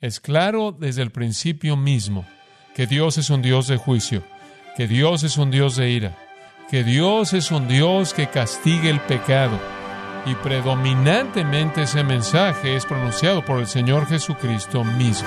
Es claro desde el principio mismo que Dios es un Dios de juicio, que Dios es un Dios de ira, que Dios es un Dios que castiga el pecado. Y predominantemente ese mensaje es pronunciado por el Señor Jesucristo mismo.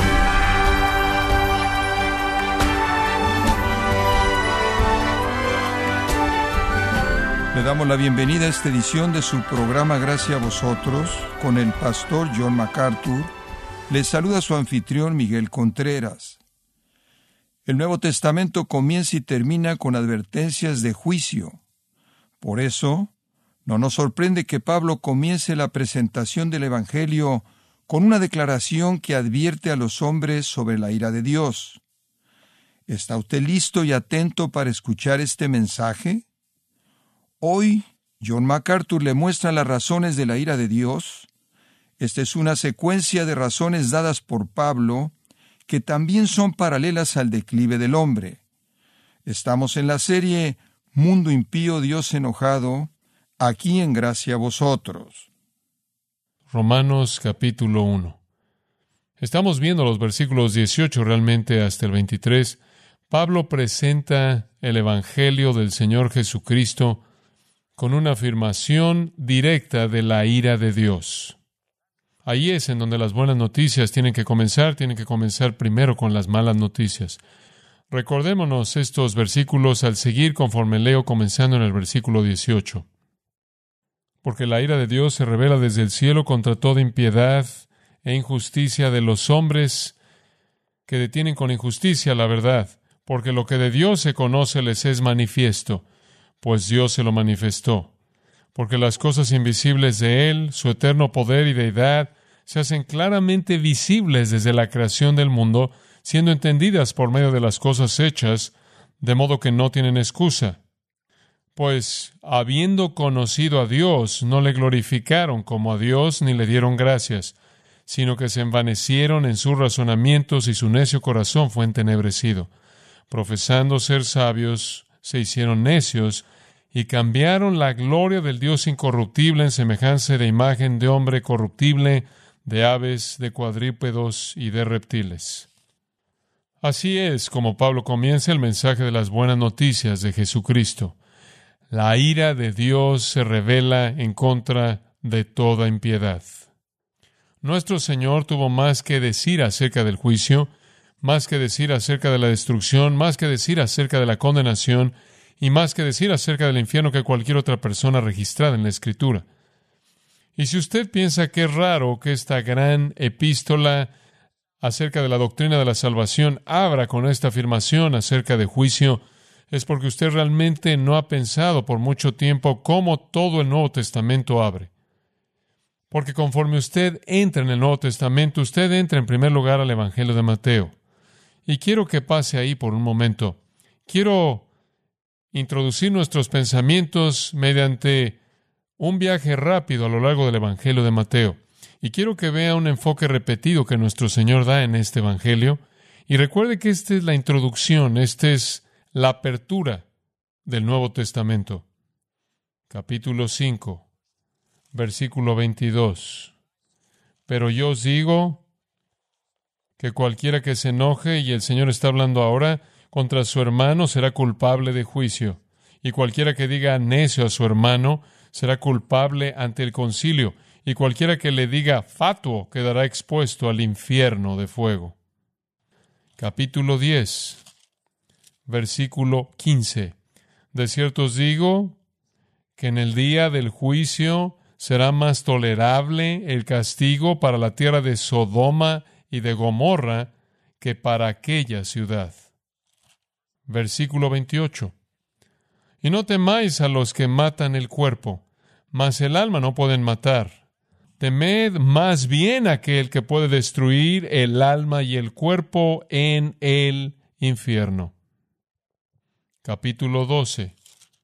Le damos la bienvenida a esta edición de su programa Gracia a Vosotros con el pastor John MacArthur. Les saluda su anfitrión Miguel Contreras. El Nuevo Testamento comienza y termina con advertencias de juicio. Por eso, no nos sorprende que Pablo comience la presentación del Evangelio con una declaración que advierte a los hombres sobre la ira de Dios. ¿Está usted listo y atento para escuchar este mensaje? Hoy, John MacArthur le muestra las razones de la ira de Dios. Esta es una secuencia de razones dadas por Pablo que también son paralelas al declive del hombre. Estamos en la serie Mundo impío, Dios enojado, aquí en Gracia a Vosotros. Romanos capítulo 1. Estamos viendo los versículos 18 realmente hasta el 23. Pablo presenta el Evangelio del Señor Jesucristo con una afirmación directa de la ira de Dios. Ahí es en donde las buenas noticias tienen que comenzar primero con las malas noticias. Recordémonos estos versículos al seguir conforme leo, comenzando en el versículo 18. Porque la ira de Dios se revela desde el cielo contra toda impiedad e injusticia de los hombres que detienen con injusticia la verdad, porque lo que de Dios se conoce les es manifiesto, pues Dios se lo manifestó. Porque las cosas invisibles de Él, su eterno poder y deidad, se hacen claramente visibles desde la creación del mundo, siendo entendidas por medio de las cosas hechas, de modo que no tienen excusa. Pues, habiendo conocido a Dios, no le glorificaron como a Dios ni le dieron gracias, sino que se envanecieron en sus razonamientos y su necio corazón fue entenebrecido. Profesando ser sabios, se hicieron necios y cambiaron la gloria del Dios incorruptible en semejanza de imagen de hombre corruptible, de aves, de cuadrúpedos y de reptiles. Así es como Pablo comienza el mensaje de las buenas noticias de Jesucristo. La ira de Dios se revela en contra de toda impiedad. Nuestro Señor tuvo más que decir acerca del juicio, más que decir acerca de la destrucción, más que decir acerca de la condenación, y más que decir acerca del infierno que cualquier otra persona registrada en la Escritura. Y si usted piensa que es raro que esta gran epístola acerca de la doctrina de la salvación abra con esta afirmación acerca de juicio, es porque usted realmente no ha pensado por mucho tiempo cómo todo el Nuevo Testamento abre. Porque conforme usted entra en el Nuevo Testamento, usted entra en primer lugar al Evangelio de Mateo. Y quiero que pase ahí por un momento. Quiero introducir nuestros pensamientos mediante un viaje rápido a lo largo del Evangelio de Mateo. Y quiero que vea un enfoque repetido que nuestro Señor da en este Evangelio. Y recuerde que esta es la introducción, esta es la apertura del Nuevo Testamento. Capítulo 5, versículo 22. Pero yo os digo que cualquiera que se enoje, y el Señor está hablando ahora, contra su hermano será culpable de juicio, y cualquiera que diga necio a su hermano será culpable ante el concilio, y cualquiera que le diga fatuo quedará expuesto al infierno de fuego. Capítulo 10, versículo 15. De cierto os digo que en el día del juicio será más tolerable el castigo para la tierra de Sodoma y de Gomorra que para aquella ciudad. Versículo 28. Y no temáis a los que matan el cuerpo, mas el alma no pueden matar. Temed más bien a aquel que puede destruir el alma y el cuerpo en el infierno. Capítulo 12,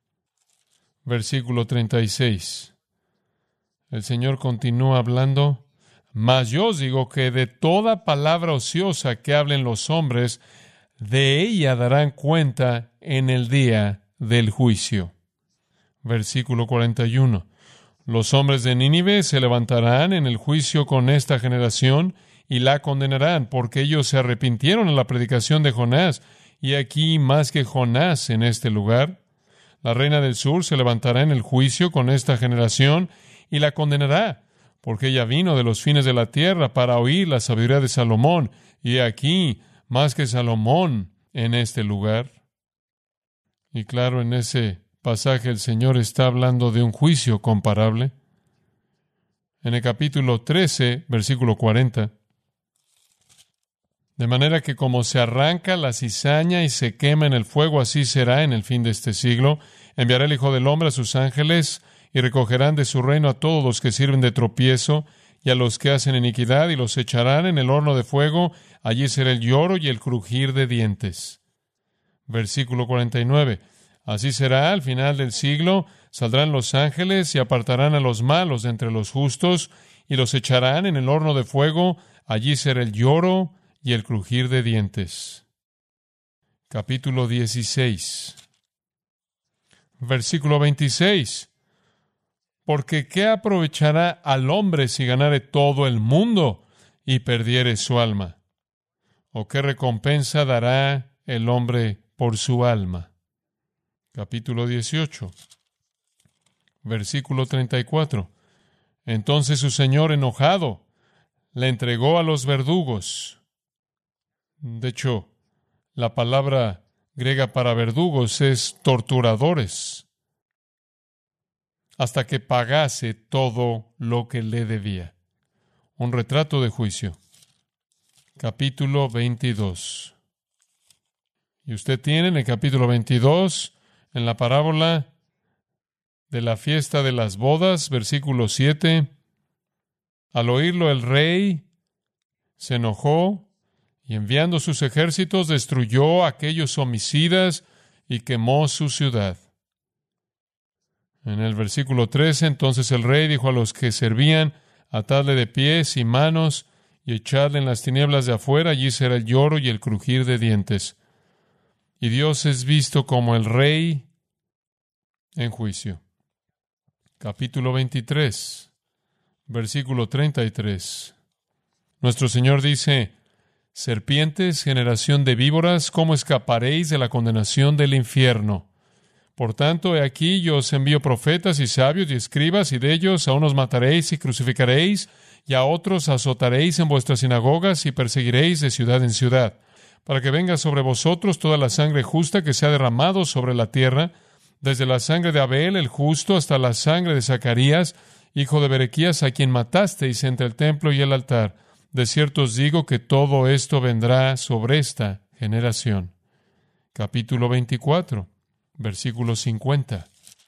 versículo 36. El Señor continúa hablando. Mas yo os digo que de toda palabra ociosa que hablen los hombres, de ella darán cuenta en el día del juicio. Versículo 41. Los hombres de Nínive se levantarán en el juicio con esta generación y la condenarán, porque ellos se arrepintieron en la predicación de Jonás, y aquí más que Jonás en este lugar. La reina del sur se levantará en el juicio con esta generación y la condenará, porque ella vino de los fines de la tierra para oír la sabiduría de Salomón, y aquí más que Salomón en este lugar. Y claro, en ese pasaje el Señor está hablando de un juicio comparable. En el capítulo 13, versículo 40. De manera que como se arranca la cizaña y se quema en el fuego, así será en el fin de este siglo. Enviará el Hijo del Hombre a sus ángeles y recogerán de su reino a todos los que sirven de tropiezo y a los que hacen iniquidad y los echarán en el horno de fuego. Allí será el lloro y el crujir de dientes. Versículo 49. Así será al final del siglo. Saldrán los ángeles y apartarán a los malos de entre los justos y los echarán en el horno de fuego. Allí será el lloro y el crujir de dientes. Capítulo 16. Versículo 26. Porque ¿qué aprovechará al hombre si ganare todo el mundo y perdiere su alma? ¿O qué recompensa dará el hombre por su alma? Capítulo 18. Versículo 34. Entonces su señor enojado le entregó a los verdugos. De hecho, la palabra griega para verdugos es torturadores, hasta que pagase todo lo que le debía. Un retrato de juicio. Capítulo 22. Y usted tiene en el capítulo 22, en la parábola de la fiesta de las bodas, versículo 7, al oírlo el rey se enojó y enviando sus ejércitos destruyó a aquellos homicidas y quemó su ciudad. En el versículo 13, entonces el rey dijo a los que servían, atadle de pies y manos y echadle en las tinieblas de afuera, allí será el lloro y el crujir de dientes. Y Dios es visto como el rey en juicio. Capítulo 23, versículo 33. Nuestro Señor dice, serpientes, generación de víboras, ¿cómo escaparéis de la condenación del infierno? Por tanto, he aquí yo os envío profetas y sabios y escribas, y de ellos a unos mataréis y crucificaréis, y a otros azotaréis en vuestras sinagogas y perseguiréis de ciudad en ciudad, para que venga sobre vosotros toda la sangre justa que se ha derramado sobre la tierra, desde la sangre de Abel el justo hasta la sangre de Zacarías, hijo de Berequías, a quien matasteis entre el templo y el altar. De cierto os digo que todo esto vendrá sobre esta generación. Capítulo 24, versículo 50.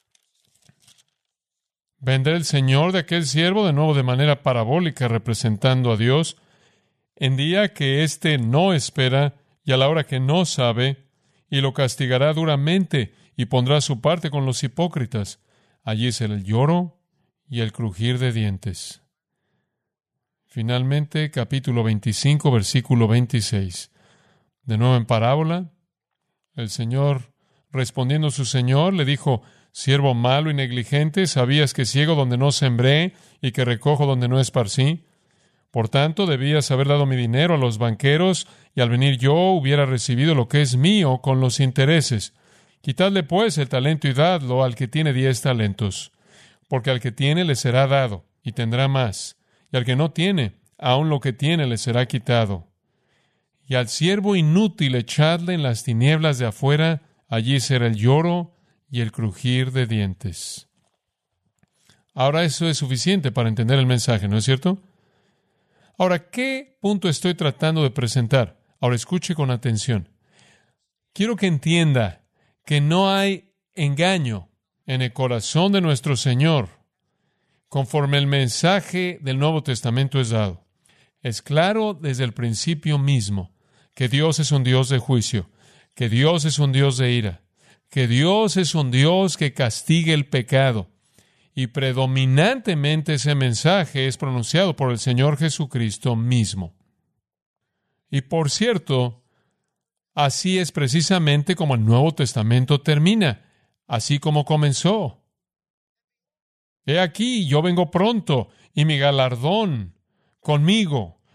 Vendrá el Señor de aquel siervo de nuevo de manera parabólica, representando a Dios, en día que éste no espera y a la hora que no sabe, y lo castigará duramente y pondrá su parte con los hipócritas. Allí será el lloro y el crujir de dientes. Finalmente, capítulo 25, versículo 26. De nuevo en parábola, el Señor, respondiendo a su Señor, le dijo, siervo malo y negligente, ¿sabías que ciego donde no sembré y que recojo donde no esparcí? Por tanto, debías haber dado mi dinero a los banqueros, y al venir yo hubiera recibido lo que es mío con los intereses. Quitadle pues el talento y dadlo al que tiene 10 talentos, porque al que tiene le será dado, y tendrá más, y al que no tiene, aun lo que tiene le será quitado. Y al siervo inútil echadle en las tinieblas de afuera, allí será el lloro y el crujir de dientes. Ahora eso es suficiente para entender el mensaje, ¿no es cierto? Ahora, ¿qué punto estoy tratando de presentar? Ahora escuche con atención. Quiero que entienda que no hay engaño en el corazón de nuestro Señor conforme el mensaje del Nuevo Testamento es dado. Es claro desde el principio mismo que Dios es un Dios de juicio, que Dios es un Dios de ira, que Dios es un Dios que castiga el pecado. Y predominantemente ese mensaje es pronunciado por el Señor Jesucristo mismo. Y por cierto, así es precisamente como el Nuevo Testamento termina, así como comenzó. He aquí, yo vengo pronto, y mi galardón conmigo,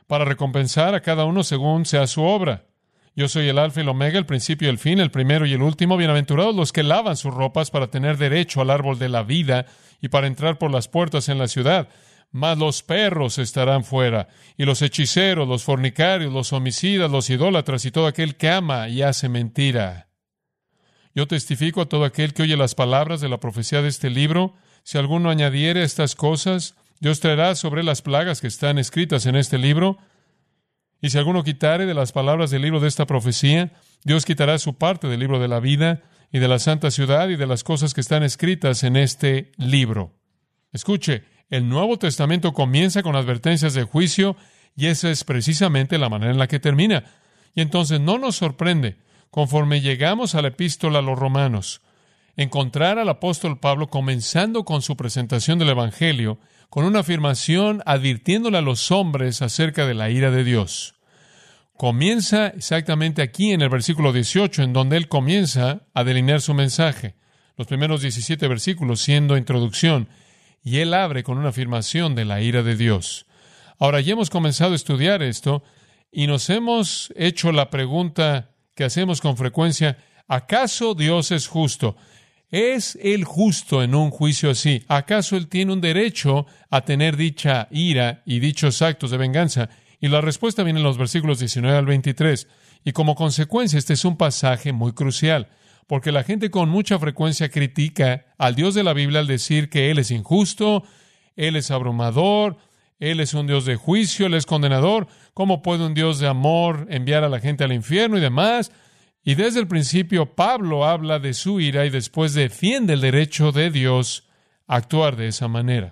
para recompensar a cada uno según sea su obra. Yo soy el Alfa y el Omega, el principio y el fin, el primero y el último. Bienaventurados los que lavan sus ropas para tener derecho al árbol de la vida y para entrar por las puertas en la ciudad. Mas los perros estarán fuera, y los hechiceros, los fornicarios, los homicidas, los idólatras y todo aquel que ama y hace mentira. Yo testifico a todo aquel que oye las palabras de la profecía de este libro. Si alguno añadiere estas cosas, Dios traerá sobre las plagas que están escritas en este libro. Y si alguno quitare de las palabras del libro de esta profecía, Dios quitará su parte del libro de la vida y de la santa ciudad y de las cosas que están escritas en este libro. Escuche, el Nuevo Testamento comienza con advertencias de juicio y esa es precisamente la manera en la que termina. Y entonces no nos sorprende, conforme llegamos a la epístola a los Romanos, encontrar al apóstol Pablo comenzando con su presentación del Evangelio, con una afirmación advirtiéndole a los hombres acerca de la ira de Dios. Comienza exactamente aquí en el versículo 18, en donde él comienza a delinear su mensaje. Los primeros 17 versículos siendo introducción, y él abre con una afirmación de la ira de Dios. Ahora, ya hemos comenzado a estudiar esto, y nos hemos hecho la pregunta que hacemos con frecuencia: ¿acaso Dios es justo? ¿Es Él justo en un juicio así? ¿Acaso Él tiene un derecho a tener dicha ira y dichos actos de venganza? Y la respuesta viene en los versículos 19 al 23. Y como consecuencia, este es un pasaje muy crucial, porque la gente con mucha frecuencia critica al Dios de la Biblia al decir que Él es injusto, Él es abrumador, Él es un Dios de juicio, Él es condenador. ¿Cómo puede un Dios de amor enviar a la gente al infierno y demás? Y desde el principio Pablo habla de su ira y después defiende el derecho de Dios a actuar de esa manera.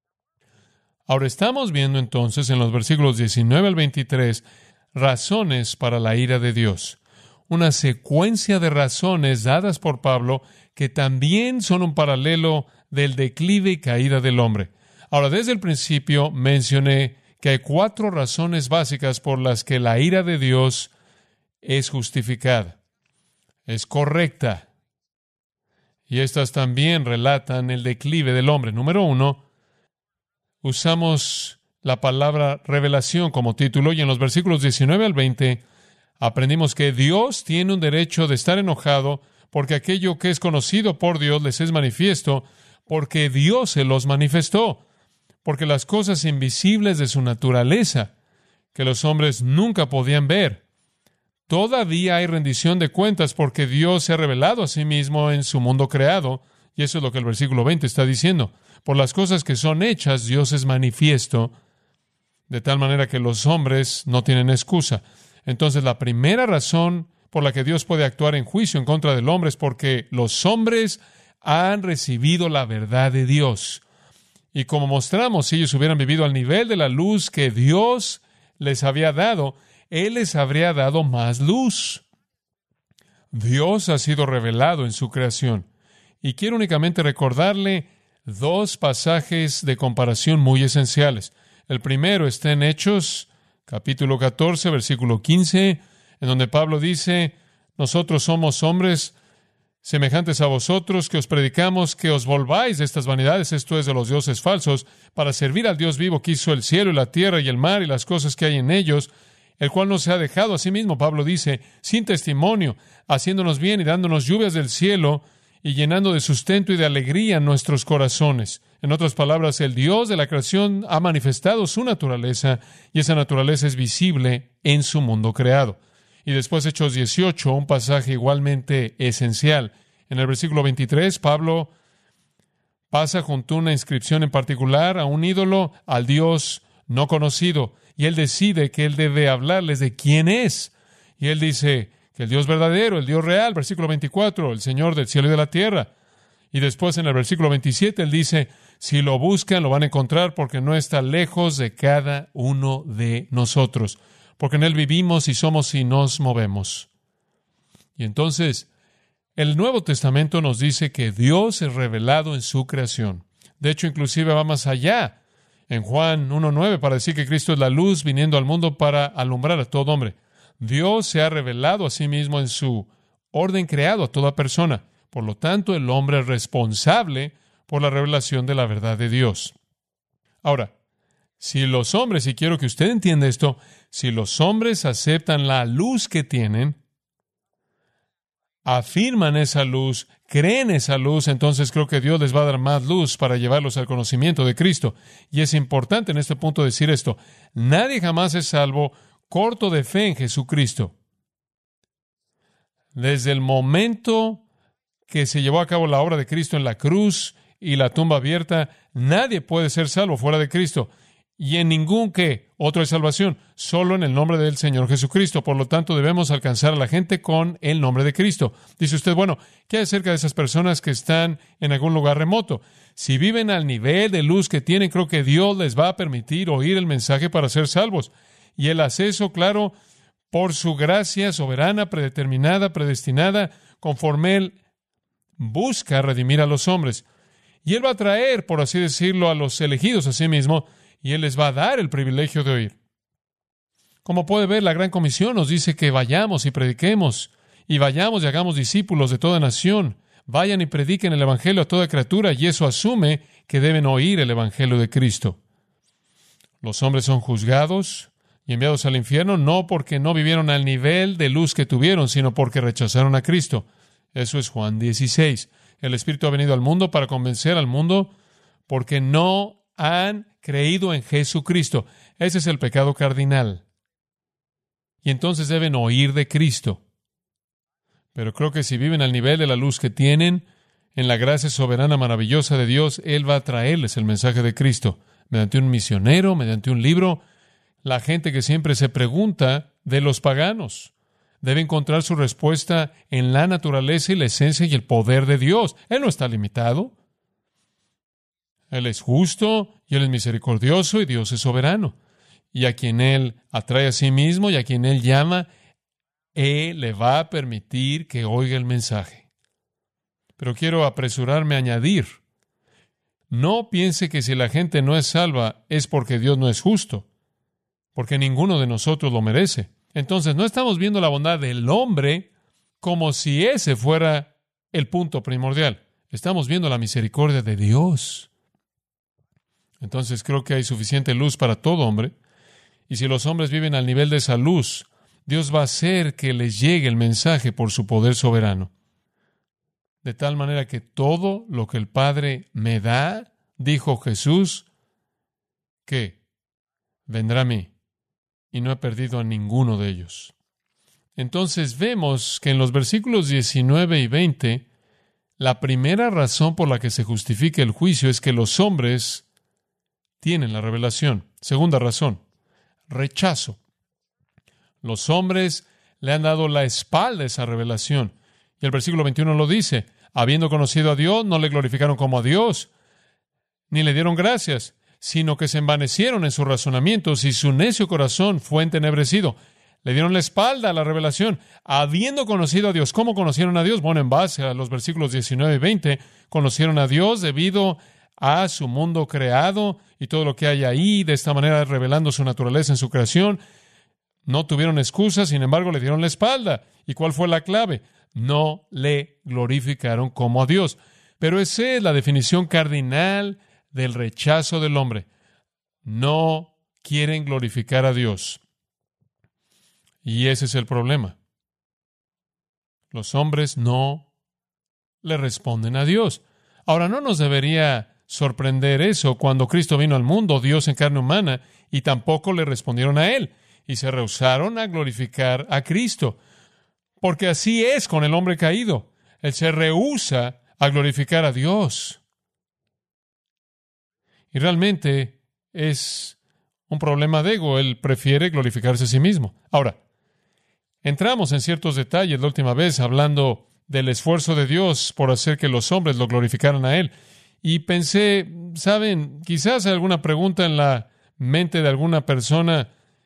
Ahora estamos viendo entonces en los versículos 19 al 23 razones para la ira de Dios. Una secuencia de razones dadas por Pablo que también son un paralelo del declive y caída del hombre. Ahora, desde el principio mencioné que hay 4 razones básicas por las que la ira de Dios es justificada, es correcta. Y estas también relatan el declive del hombre. Número 1, usamos la palabra revelación como título, y en los versículos 19 al 20 aprendimos que Dios tiene un derecho de estar enojado porque aquello que es conocido por Dios les es manifiesto, porque Dios se los manifestó, porque las cosas invisibles de su naturaleza, que los hombres nunca podían ver, todavía hay rendición de cuentas porque Dios se ha revelado a sí mismo en su mundo creado, y eso es lo que el versículo 20 está diciendo. Por las cosas que son hechas, Dios es manifiesto, de tal manera que los hombres no tienen excusa. Entonces, la primera razón por la que Dios puede actuar en juicio en contra del hombre es porque los hombres han recibido la verdad de Dios. Y como mostramos, si ellos hubieran vivido al nivel de la luz que Dios les había dado, Él les habría dado más luz. Dios ha sido revelado en su creación. Y quiero únicamente recordarle 2 pasajes de comparación muy esenciales. El primero está en Hechos, capítulo 14, versículo 15, en donde Pablo dice: nosotros somos hombres semejantes a vosotros, que os predicamos que os volváis de estas vanidades, esto es, de los dioses falsos, para servir al Dios vivo que hizo el cielo y la tierra y el mar y las cosas que hay en ellos, el cual nos ha dejado a sí mismo, Pablo dice, sin testimonio, haciéndonos bien y dándonos lluvias del cielo y llenando de sustento y de alegría nuestros corazones. En otras palabras, el Dios de la creación ha manifestado su naturaleza y esa naturaleza es visible en su mundo creado. Y después Hechos 18, un pasaje igualmente esencial. En el versículo 23, Pablo pasa junto a una inscripción en particular a un ídolo, al Dios no conocido, y él decide que él debe hablarles de quién es. Y él dice que el Dios verdadero, el Dios real, versículo 24, el Señor del cielo y de la tierra. Y después en el versículo 27, él dice, si lo buscan, lo van a encontrar porque no está lejos de cada uno de nosotros, porque en Él vivimos y somos y nos movemos. Y entonces, el Nuevo Testamento nos dice que Dios es revelado en su creación. De hecho, inclusive va más allá en Juan 1:9 para decir que Cristo es la luz viniendo al mundo para alumbrar a todo hombre. Dios se ha revelado a sí mismo en su orden creado a toda persona. Por lo tanto, el hombre es responsable por la revelación de la verdad de Dios. Ahora, Si los hombres, y quiero que usted entienda esto, si los hombres aceptan la luz que tienen, afirman esa luz, creen esa luz, entonces creo que Dios les va a dar más luz para llevarlos al conocimiento de Cristo. Y es importante en este punto decir esto: nadie jamás es salvo corto de fe en Jesucristo. Desde el momento que se llevó a cabo la obra de Cristo en la cruz y la tumba abierta, nadie puede ser salvo fuera de Cristo. Y en ningún otro hay salvación, solo en el nombre del Señor Jesucristo. Por lo tanto, debemos alcanzar a la gente con el nombre de Cristo. Dice usted, bueno, ¿qué hay acerca de esas personas que están en algún lugar remoto? Si viven al nivel de luz que tienen, creo que Dios les va a permitir oír el mensaje para ser salvos. Y Él hace eso, claro, por su gracia soberana, predeterminada, predestinada, conforme Él busca redimir a los hombres. Y Él va a traer, por así decirlo, a los elegidos a sí mismo, y Él les va a dar el privilegio de oír. Como puede ver, la Gran Comisión nos dice que vayamos y prediquemos, y vayamos y hagamos discípulos de toda nación. Vayan y prediquen el Evangelio a toda criatura, y eso asume que deben oír el Evangelio de Cristo. Los hombres son juzgados y enviados al infierno no porque no vivieron al nivel de luz que tuvieron, sino porque rechazaron a Cristo. Eso es Juan 16. El Espíritu ha venido al mundo para convencer al mundo porque no han creído en Jesucristo. Ese es el pecado cardinal. Y entonces deben oír de Cristo. Pero creo que si viven al nivel de la luz que tienen, en la gracia soberana maravillosa de Dios, Él va a traerles el mensaje de Cristo, mediante un misionero, mediante un libro. La gente que siempre se pregunta de los paganos debe encontrar su respuesta en la naturaleza y la esencia y el poder de Dios. Él no está limitado. Él es justo y Él es misericordioso y Dios es soberano. Y a quien Él atrae a sí mismo y a quien Él llama, Él le va a permitir que oiga el mensaje. Pero quiero apresurarme a añadir, no piense que si la gente no es salva es porque Dios no es justo, porque ninguno de nosotros lo merece. Entonces no estamos viendo la bondad del hombre como si ese fuera el punto primordial. Estamos viendo la misericordia de Dios. Entonces creo que hay suficiente luz para todo hombre. Y si los hombres viven al nivel de esa luz, Dios va a hacer que les llegue el mensaje por su poder soberano. De tal manera que todo lo que el Padre me da, dijo Jesús, que vendrá a mí. Y no he perdido a ninguno de ellos. Entonces vemos que en los versículos 19 y 20, la primera razón por la que se justifica el juicio es que los hombres tienen la revelación. Segunda razón, rechazo. Los hombres le han dado la espalda a esa revelación. Y el versículo 21 lo dice, habiendo conocido a Dios, no le glorificaron como a Dios, ni le dieron gracias, sino que se envanecieron en sus razonamientos y su necio corazón fue entenebrecido. Le dieron la espalda a la revelación, habiendo conocido a Dios. ¿Cómo conocieron a Dios? Bueno, en base a los versículos 19 y 20, conocieron a Dios debido a su mundo creado y todo lo que hay ahí, de esta manera revelando su naturaleza en su creación. No tuvieron excusa, sin embargo, le dieron la espalda. ¿Y cuál fue la clave? No le glorificaron como a Dios. Pero esa es la definición cardinal del rechazo del hombre. No quieren glorificar a Dios. Y ese es el problema. Los hombres no le responden a Dios. Ahora, no nos debería sorprender eso cuando Cristo vino al mundo, Dios en carne humana, y tampoco le respondieron a Él, y se rehusaron a glorificar a Cristo. Porque así es con el hombre caído. Él se rehúsa a glorificar a Dios. Y realmente es un problema de ego. Él prefiere glorificarse a sí mismo. Ahora, entramos en ciertos detalles la última vez hablando del esfuerzo de Dios por hacer que los hombres lo glorificaran a Él. Y pensé, ¿saben? Quizás hay alguna pregunta en la mente de alguna persona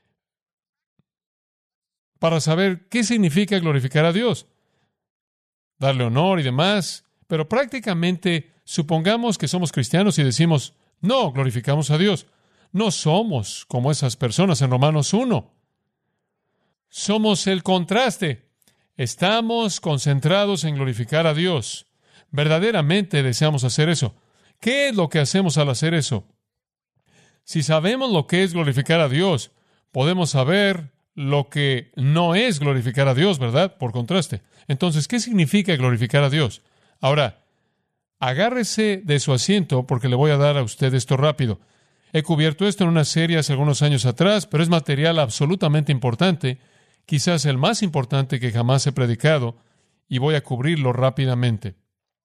para saber qué significa glorificar a Dios. Darle honor y demás. Pero prácticamente, supongamos que somos cristianos y decimos, no, glorificamos a Dios. No somos como esas personas en Romanos 1. Somos el contraste. Estamos concentrados en glorificar a Dios. Verdaderamente deseamos hacer eso. ¿Qué es lo que hacemos al hacer eso? Si sabemos lo que es glorificar a Dios, podemos saber lo que no es glorificar a Dios, ¿verdad? Por contraste. Entonces, ¿qué significa glorificar a Dios? Ahora, agárrese de su asiento porque le voy a dar a usted esto rápido. He cubierto esto en una serie hace algunos años atrás, pero es material absolutamente importante, quizás el más importante que jamás he predicado, y voy a cubrirlo rápidamente.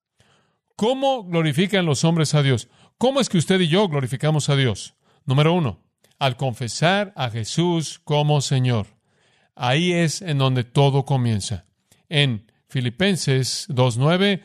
¿Cómo glorifican los hombres a Dios? ¿Cómo es que usted y yo glorificamos a Dios? Número 1, al confesar a Jesús como Señor. Ahí es en donde todo comienza. En Filipenses 2:9,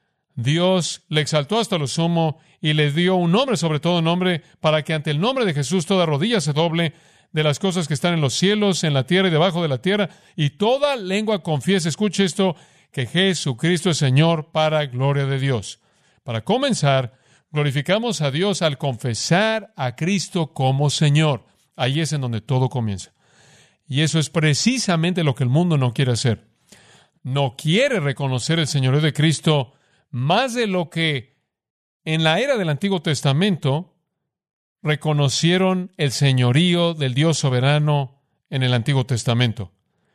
Dios le exaltó hasta lo sumo y le dio un nombre sobre todo nombre, para que ante el nombre de Jesús toda rodilla se doble, de las cosas que están en los cielos, en la tierra y debajo de la tierra, y toda lengua confiese, escuche esto, que Jesucristo es Señor, para gloria de Dios. Para comenzar, glorificamos a Dios al confesar a Cristo como Señor. Ahí es en donde todo comienza. Y eso es precisamente lo que el mundo no quiere hacer. No quiere reconocer el señorío de Cristo más de lo que en la era del Antiguo Testamento reconocieron el señorío del Dios soberano en el Antiguo Testamento.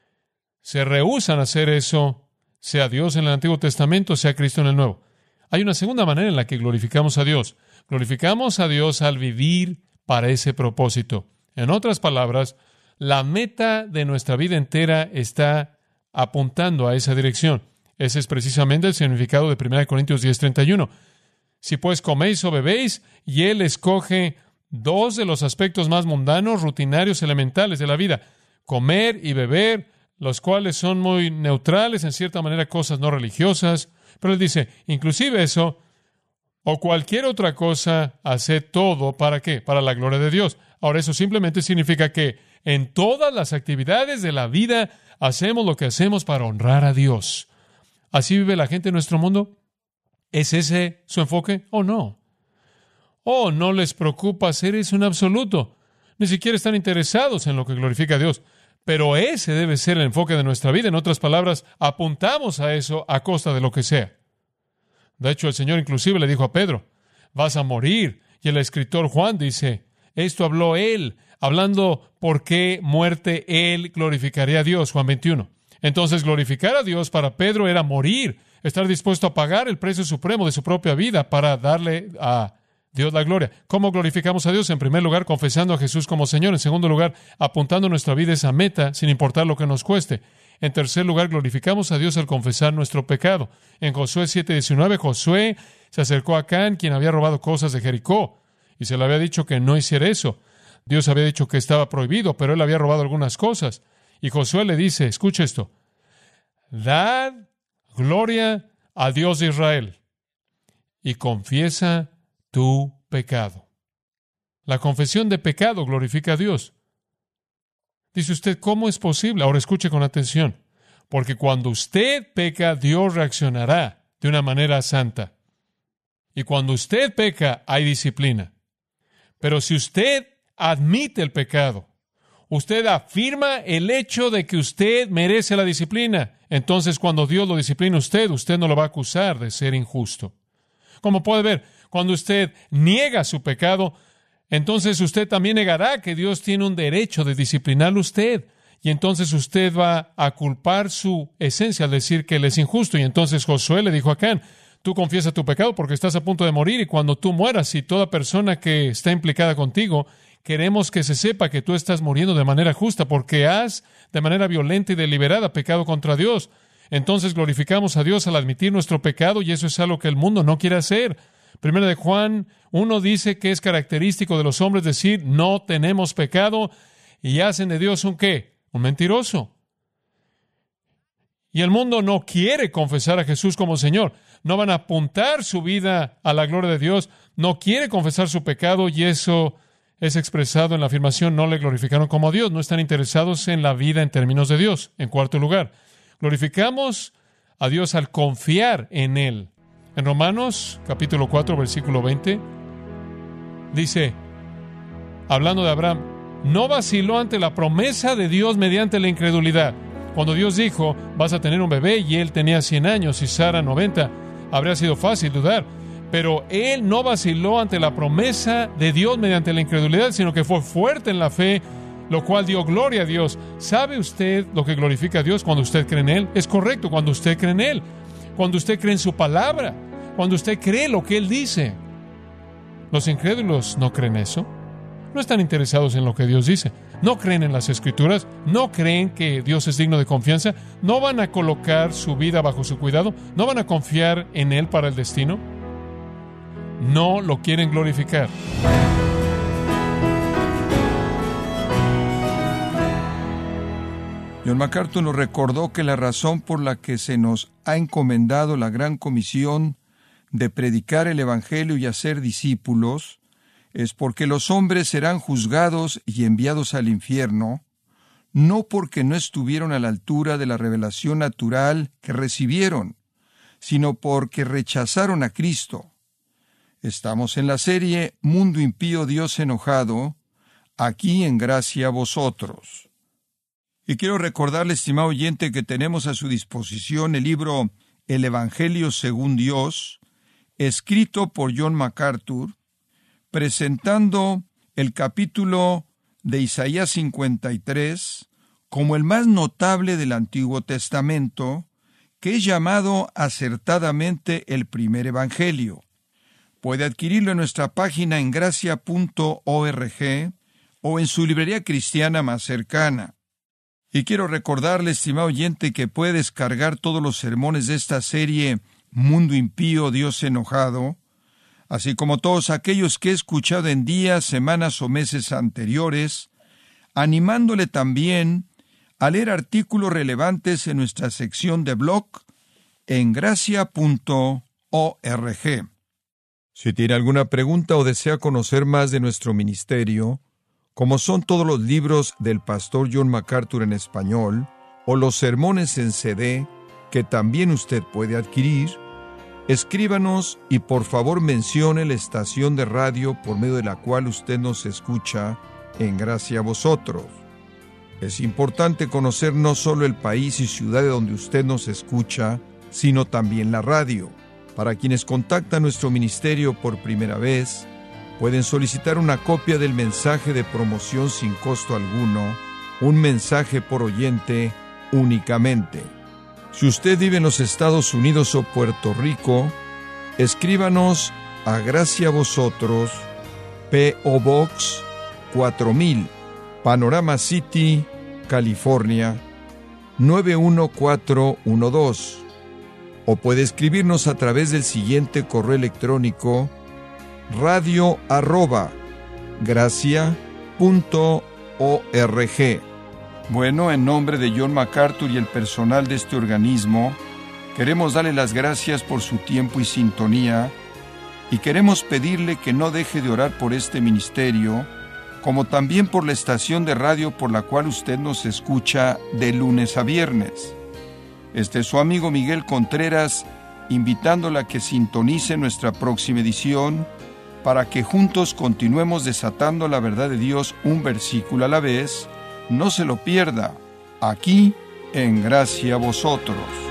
Se rehúsan a hacer eso, sea Dios en el Antiguo Testamento, sea Cristo en el Nuevo. Hay una segunda manera en la que glorificamos a Dios. Glorificamos a Dios al vivir para ese propósito. En otras palabras, la meta de nuestra vida entera está apuntando a esa dirección. Ese es precisamente el significado de 1 Corintios 10:31. Si pues coméis o bebéis, y Él escoge dos de los aspectos más mundanos, rutinarios, elementales de la vida, comer y beber, los cuales son muy neutrales, en cierta manera cosas no religiosas, pero Él dice, inclusive eso, o cualquier otra cosa, haced todo, ¿para qué? Para la gloria de Dios. Ahora, eso simplemente significa que en todas las actividades de la vida hacemos lo que hacemos para honrar a Dios. ¿Así vive la gente en nuestro mundo? ¿Es ese su enfoque o no? ¿O no les preocupa hacer eso en absoluto? Ni siquiera están interesados en lo que glorifica a Dios. Pero ese debe ser el enfoque de nuestra vida. En otras palabras, apuntamos a eso a costa de lo que sea. De hecho, el Señor inclusive le dijo a Pedro, vas a morir. Y el escritor Juan dice, esto habló él, hablando por qué muerte él glorificaría a Dios, Juan 21. Entonces, glorificar a Dios para Pedro era morir, estar dispuesto a pagar el precio supremo de su propia vida para darle a Dios la gloria. ¿Cómo glorificamos a Dios? En primer lugar, confesando a Jesús como Señor. En segundo lugar, apuntando nuestra vida a esa meta, sin importar lo que nos cueste. En tercer lugar, glorificamos a Dios al confesar nuestro pecado. En Josué 7:19, Josué se acercó a Acán, quien había robado cosas de Jericó, y se le había dicho que no hiciera eso. Dios había dicho que estaba prohibido, pero él había robado algunas cosas. Y Josué le dice, escucha esto, dad gloria a Dios de Israel y confiesa tu pecado. La confesión de pecado glorifica a Dios. Dice usted, ¿cómo es posible? Ahora escuche con atención, porque cuando usted peca, Dios reaccionará de una manera santa. Y cuando usted peca, hay disciplina. Pero si usted admite el pecado, usted afirma el hecho de que usted merece la disciplina. Entonces, cuando Dios lo disciplina a usted, usted no lo va a acusar de ser injusto. Como puede ver, cuando usted niega su pecado, entonces usted también negará que Dios tiene un derecho de disciplinarlo a usted. Y entonces usted va a culpar su esencia al decir que Él es injusto. Y entonces Josué le dijo a Acán, tú confiesa tu pecado porque estás a punto de morir y cuando tú mueras y toda persona que está implicada contigo, queremos que se sepa que tú estás muriendo de manera justa porque has, de manera violenta y deliberada, pecado contra Dios. Entonces glorificamos a Dios al admitir nuestro pecado y eso es algo que el mundo no quiere hacer. Primera de Juan 1 dice que es característico de los hombres decir no tenemos pecado y hacen de Dios un ¿qué? Un mentiroso. Y el mundo no quiere confesar a Jesús como Señor. No van a apuntar su vida a la gloria de Dios. No quiere confesar su pecado y eso es expresado en la afirmación, no le glorificaron como a Dios. No están interesados en la vida en términos de Dios. En cuarto lugar, glorificamos a Dios al confiar en Él. En Romanos, capítulo 4, versículo 20, dice, hablando de Abraham, no vaciló ante la promesa de Dios mediante la incredulidad. Cuando Dios dijo, vas a tener un bebé, y él tenía 100 años y Sara 90, habría sido fácil dudar. Pero él no vaciló ante la promesa de Dios mediante la incredulidad, sino que fue fuerte en la fe, lo cual dio gloria a Dios. ¿Sabe usted lo que glorifica a Dios cuando usted cree en Él? Es correcto, cuando usted cree en Él, cuando usted cree en su palabra, cuando usted cree lo que Él dice. Los incrédulos no creen eso. No están interesados en lo que Dios dice. No creen en las Escrituras. No creen que Dios es digno de confianza. No van a colocar su vida bajo su cuidado. No van a confiar en Él para el destino. No lo quieren glorificar. John MacArthur nos recordó que la razón por la que se nos ha encomendado la gran comisión de predicar el Evangelio y hacer discípulos es porque los hombres serán juzgados y enviados al infierno, no porque no estuvieron a la altura de la revelación natural que recibieron, sino porque rechazaron a Cristo. Estamos en la serie Mundo Impío, Dios Enojado, aquí en Gracia a Vosotros. Y quiero recordarle, estimado oyente, que tenemos a su disposición el libro El Evangelio según Dios, escrito por John MacArthur, presentando el capítulo de Isaías 53 como el más notable del Antiguo Testamento, que es llamado acertadamente el primer Evangelio. Puede adquirirlo en nuestra página en gracia.org o en su librería cristiana más cercana. Y quiero recordarle, estimado oyente, que puede descargar todos los sermones de esta serie Mundo Impío, Dios Enojado, así como todos aquellos que he escuchado en días, semanas o meses anteriores, animándole también a leer artículos relevantes en nuestra sección de blog en gracia.org. Si tiene alguna pregunta o desea conocer más de nuestro ministerio, como son todos los libros del pastor John MacArthur en español, o los sermones en CD, que también usted puede adquirir, escríbanos y por favor mencione la estación de radio por medio de la cual usted nos escucha en Gracia a Vosotros. Es importante conocer no solo el país y ciudad de donde usted nos escucha, sino también la radio. Para quienes contactan nuestro ministerio por primera vez, pueden solicitar una copia del mensaje de promoción sin costo alguno, un mensaje por oyente únicamente. Si usted vive en los Estados Unidos o Puerto Rico, escríbanos a Gracia a Vosotros, P.O. Box 4000, Panorama City, California, 91412. O puede escribirnos a través del siguiente correo electrónico: radio@gracia.org. Bueno, en nombre de John MacArthur y el personal de este organismo, queremos darle las gracias por su tiempo y sintonía, y queremos pedirle que no deje de orar por este ministerio, como también por la estación de radio por la cual usted nos escucha de lunes a viernes. Este es su amigo Miguel Contreras, invitándola a que sintonice nuestra próxima edición, para que juntos continuemos desatando la verdad de Dios un versículo a la vez. No se lo pierda, aquí en Gracia a Vosotros.